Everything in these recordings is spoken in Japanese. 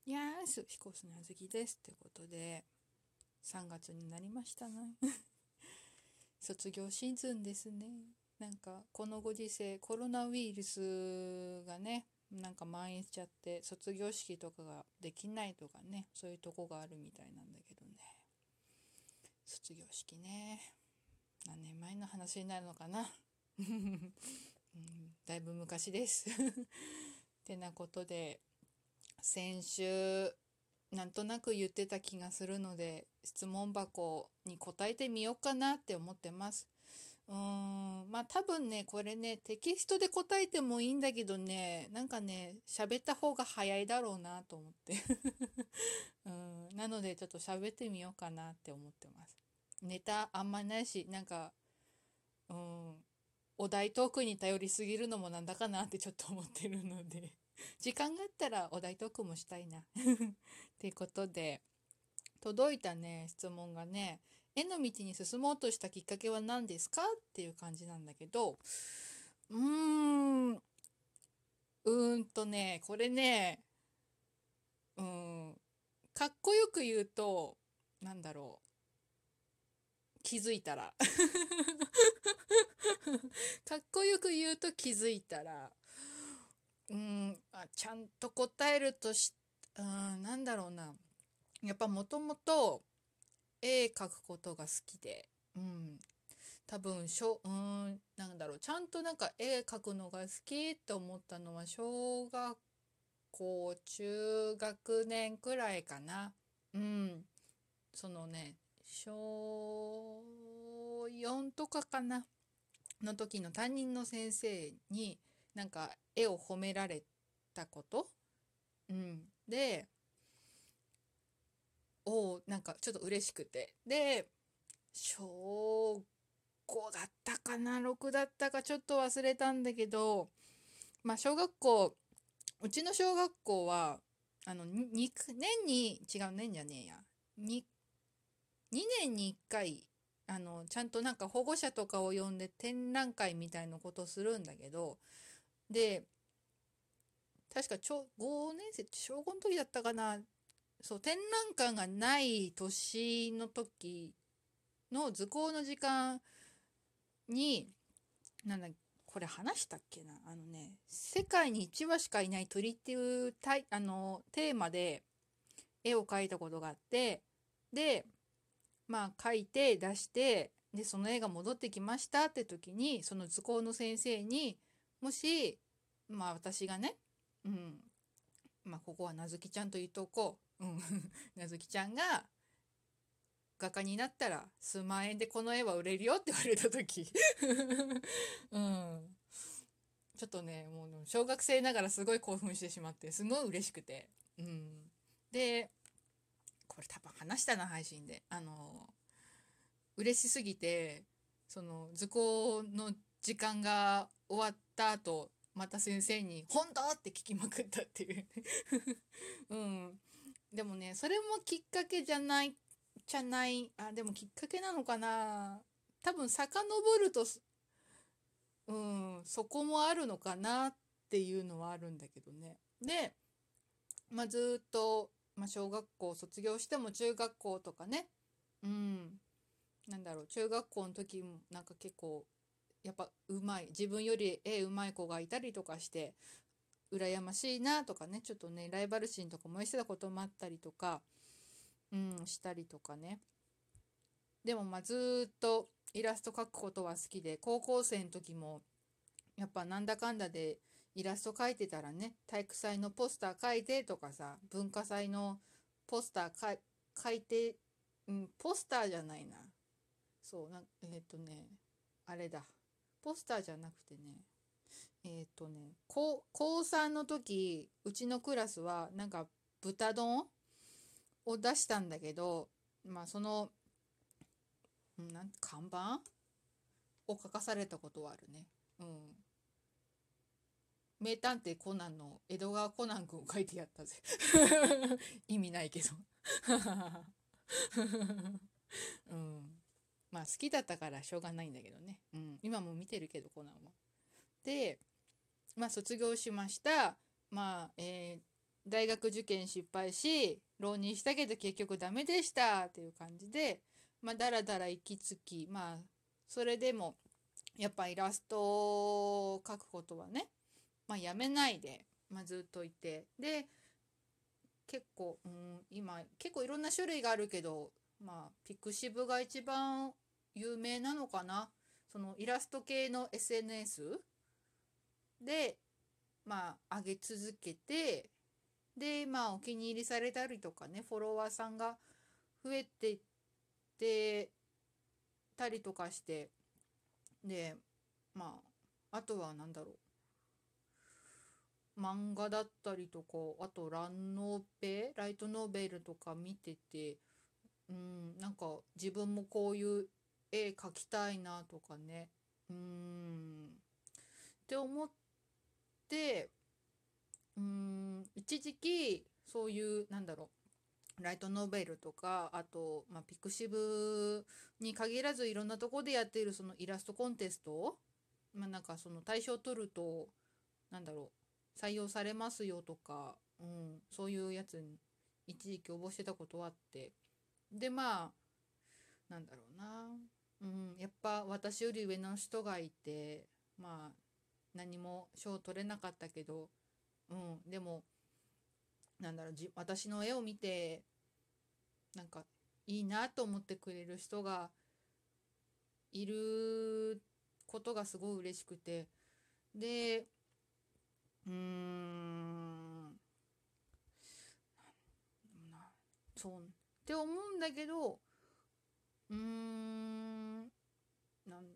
いやーす、彦砂あずきですってことで、3月になりましたね。卒業シーズンですね。なんか、このご時世、コロナウイルスがね、なんか蔓延しちゃって、卒業式とかができないとかね、そういうとこがあるみたいなんだけどね。卒業式ね。何年前の話になるのかな。うん、だいぶ昔です。てなことで、先週、なんとなく言ってた気がするので、質問箱に答えてみようかなって思ってます。まあ多分ね、これね、テキストで答えてもいいんだけどね、なんかね、喋った方が早いだろうなと思って。なのでちょっと喋ってみようかなって思ってます。ネタあんまないし、なんか、うん、お題トークに頼りすぎるのもなんだかなってちょっと思ってるので、時間があったらお題トークもしたいな。っていうことで、届いたね、質問がね、絵の道に進もうとしたきっかけは何ですかっていう感じなんだけど、うーん、これね、うーん、かっこよく言うと、なんだろ気づいたら。かっこよく言うと気づいたら、ちゃんと答えるとなんだろうな。やっぱもともと絵描くことが好きで、多分なんだろう、ちゃんとなんか絵描くのが好きって思ったのは小学校中学年くらいかな。そのね、小4とかかなの時の担任の先生になんか絵を褒められたこと、で、なんかちょっと嬉しくて、で、小5だったかな、6だったかちょっと忘れたんだけど、まあ小学校、うちの小学校は、年に、違う、年じゃねえや、に2年に1回、ちゃんとなんか保護者とかを呼んで展覧会みたいなことをするんだけど、で、確か5年生、小5の時だったかな、そう、展覧会がない年の時の図工の時間に、なんだ、これ話したっけな、世界に1羽しかいない鳥っていうテーマで絵を描いたことがあって、で、まあ描いて出して、で、その絵が戻ってきましたって時に、その図工の先生に、もし、まあ私がね、うん、まあここはなずきちゃんと言っとこう。なずきちゃんが画家になったら数万円でこの絵は売れるよって言われた時うん。ちょっとね、もう小学生ながらすごい興奮してしまって、すごい嬉しくて。で、これ多分話したな、配信で。嬉しすぎて、その図工の時間が終わった後、また先生に「本当?」って聞きまくったっていううん。でもね、それもきっかけじゃない、でもきっかけなのかな。多分遡ると、そこもあるのかなっていうのはあるんだけどね。で、まあ、ずーっと、まあ、小学校卒業しても中学校とかね、うん、なんだろう、中学校の時もなんか結構、やっぱ自分より絵うまい子がいたりとかして、羨ましいなとかね、ちょっとね、ライバル心とか燃えてたこともあったりとか、したりとかね。でもまあずーっとイラスト描くことは好きで、高校生の時もやっぱなんだかんだでイラスト描いてたらね、体育祭のポスター描いてとかさ、文化祭のポスター描いて、ポスターじゃないな。そう、あれだ。ポスターじゃなくてね、高3の時、うちのクラスはなんか豚丼を出したんだけど、まあその、看板を書かされたことはあるね。うん。名探偵コナンの江戸川コナン君を書いてやったぜ。意味ないけど。うん。まあ好きだったからしょうがないんだけどね。今も見てるけどコナンは。で、まあ卒業しました。まあ、 大学受験失敗し浪人したけど結局ダメでしたっていう感じで、だらだら行き着き、それでもやっぱイラストを描くことはね、やめないで、ずっといて、で結構、今結構いろんな種類があるけど、ピクシブが一番有名なのかな。そのイラスト系の SNS で上げ続けて、でお気に入りされたりとかね、フォロワーさんが増えてってたりとかして、であとは何だろう、漫画だったりとか、あとライトノベルとか見てて、なんか自分もこういう絵描きたいなとかね、って思って、一時期そういうライトノベルとか、あと、ピクシブに限らずいろんなとこでやっているそのイラストコンテスト、その大賞を取ると採用されますよとか、そういうやつに一時期応募してたことはあって、でな、やっぱ私より上の人がいて、何も賞取れなかったけど、でも私の絵を見てなんかいいなと思ってくれる人がいることがすごい嬉しくて、でそうって思うんだけど、なん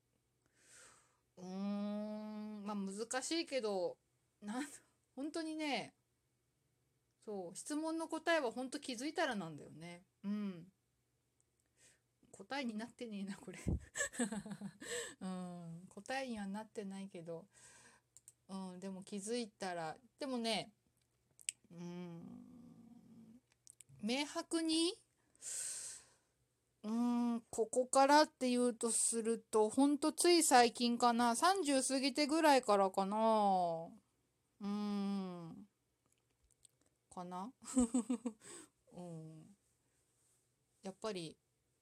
難しいけど、本当にね、そう、質問の答えは本当気づいたらなんだよね。答えになってねえなこれ答えにはなってないけど、でも気づいたら、でもね、明白に、ここからっていうとすると、ほんとつい最近かな、30過ぎてぐらいからかな、かなやっぱり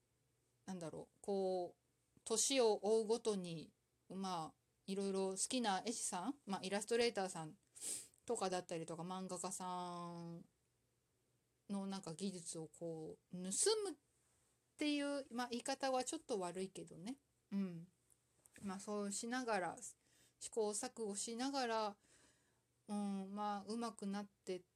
こう年を追うごとにいろいろ好きな絵師さん、イラストレーターさんとかだったりとか漫画家さんの技術をこう盗むっていう、言い方はちょっと悪いけどね、そうしながら試行錯誤しながら、うまくなってって、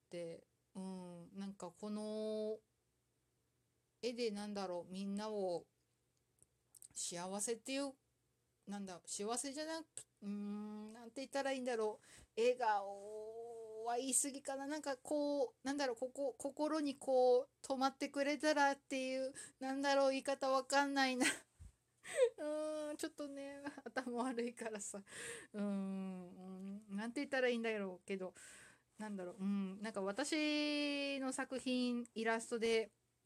この絵でみんなを幸せっていう、幸せじゃなく、なんて言ったらいいんだろう、笑顔は言い過ぎかな、こう心にこう止まってくれたらっていう、言い方わかんないなちょっとね頭悪いからさ、なんて言ったらいいんだろうけど、私の作品イラストで、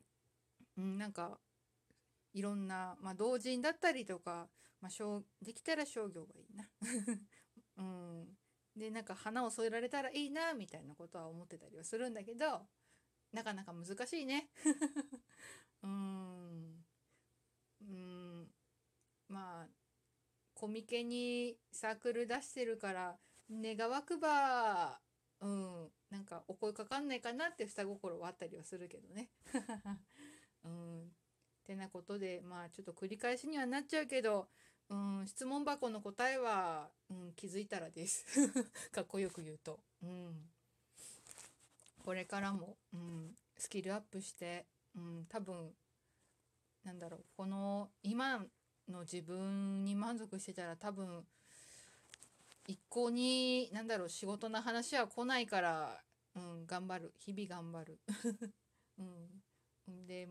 いろんな、同人だったりとか、できたら商業がいいなで花を添えられたらいいなみたいなことは思ってたりはするんだけど、なかなか難しいねうーんうーんコミケにサークル出してるから願わくば、お声かかんないかなって下心はあったりはするけどねてなことで、ちょっと繰り返しにはなっちゃうけど、質問箱の答えは、気づいたらですかっこよく言うと、これからも、スキルアップして、多分この今の自分に満足してたら多分一向に仕事の話は来ないから、頑張る、日々頑張るで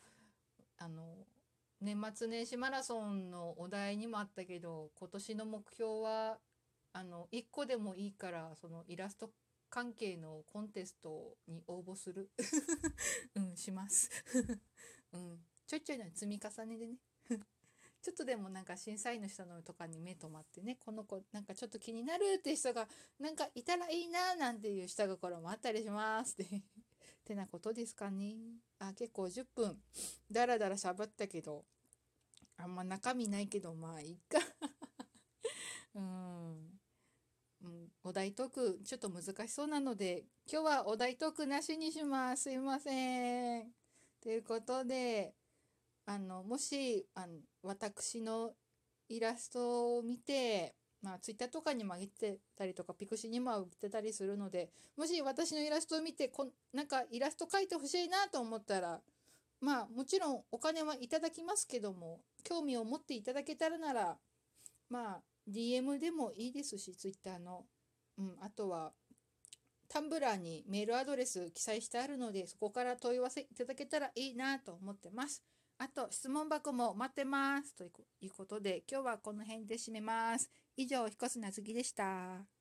年末年始マラソンのお題にもあったけど、今年の目標は1個でもいいからそのイラスト関係のコンテストに応募するしますちょいちょいな積み重ねでねちょっとでもなんか審査員の人のとかに目止まってね、この子なんかちょっと気になるって人がなんかいたらいいななんていう下心もあったりしますっててなことですかね。結構10分だらだら喋ったけど、あんま中身ないけどまあいいかうん、お題トークちょっと難しそうなので今日はお題トークなしにします。すいません。ということでもし私のイラストを見て、ツイッターとかにも上げてたりとかピクシーにも上げてたりするので、もし私のイラストを見てなんかイラスト描いてほしいなと思ったら、もちろんお金はいただきますけども、興味を持っていただけたらなら、DM でもいいですし、ツイッターの、あとはタンブラーにメールアドレス記載してあるので、そこから問い合わせいただけたらいいなと思ってます。あと、質問箱も待ってます。ということで、今日はこの辺で締めます。以上、彦砂月でした。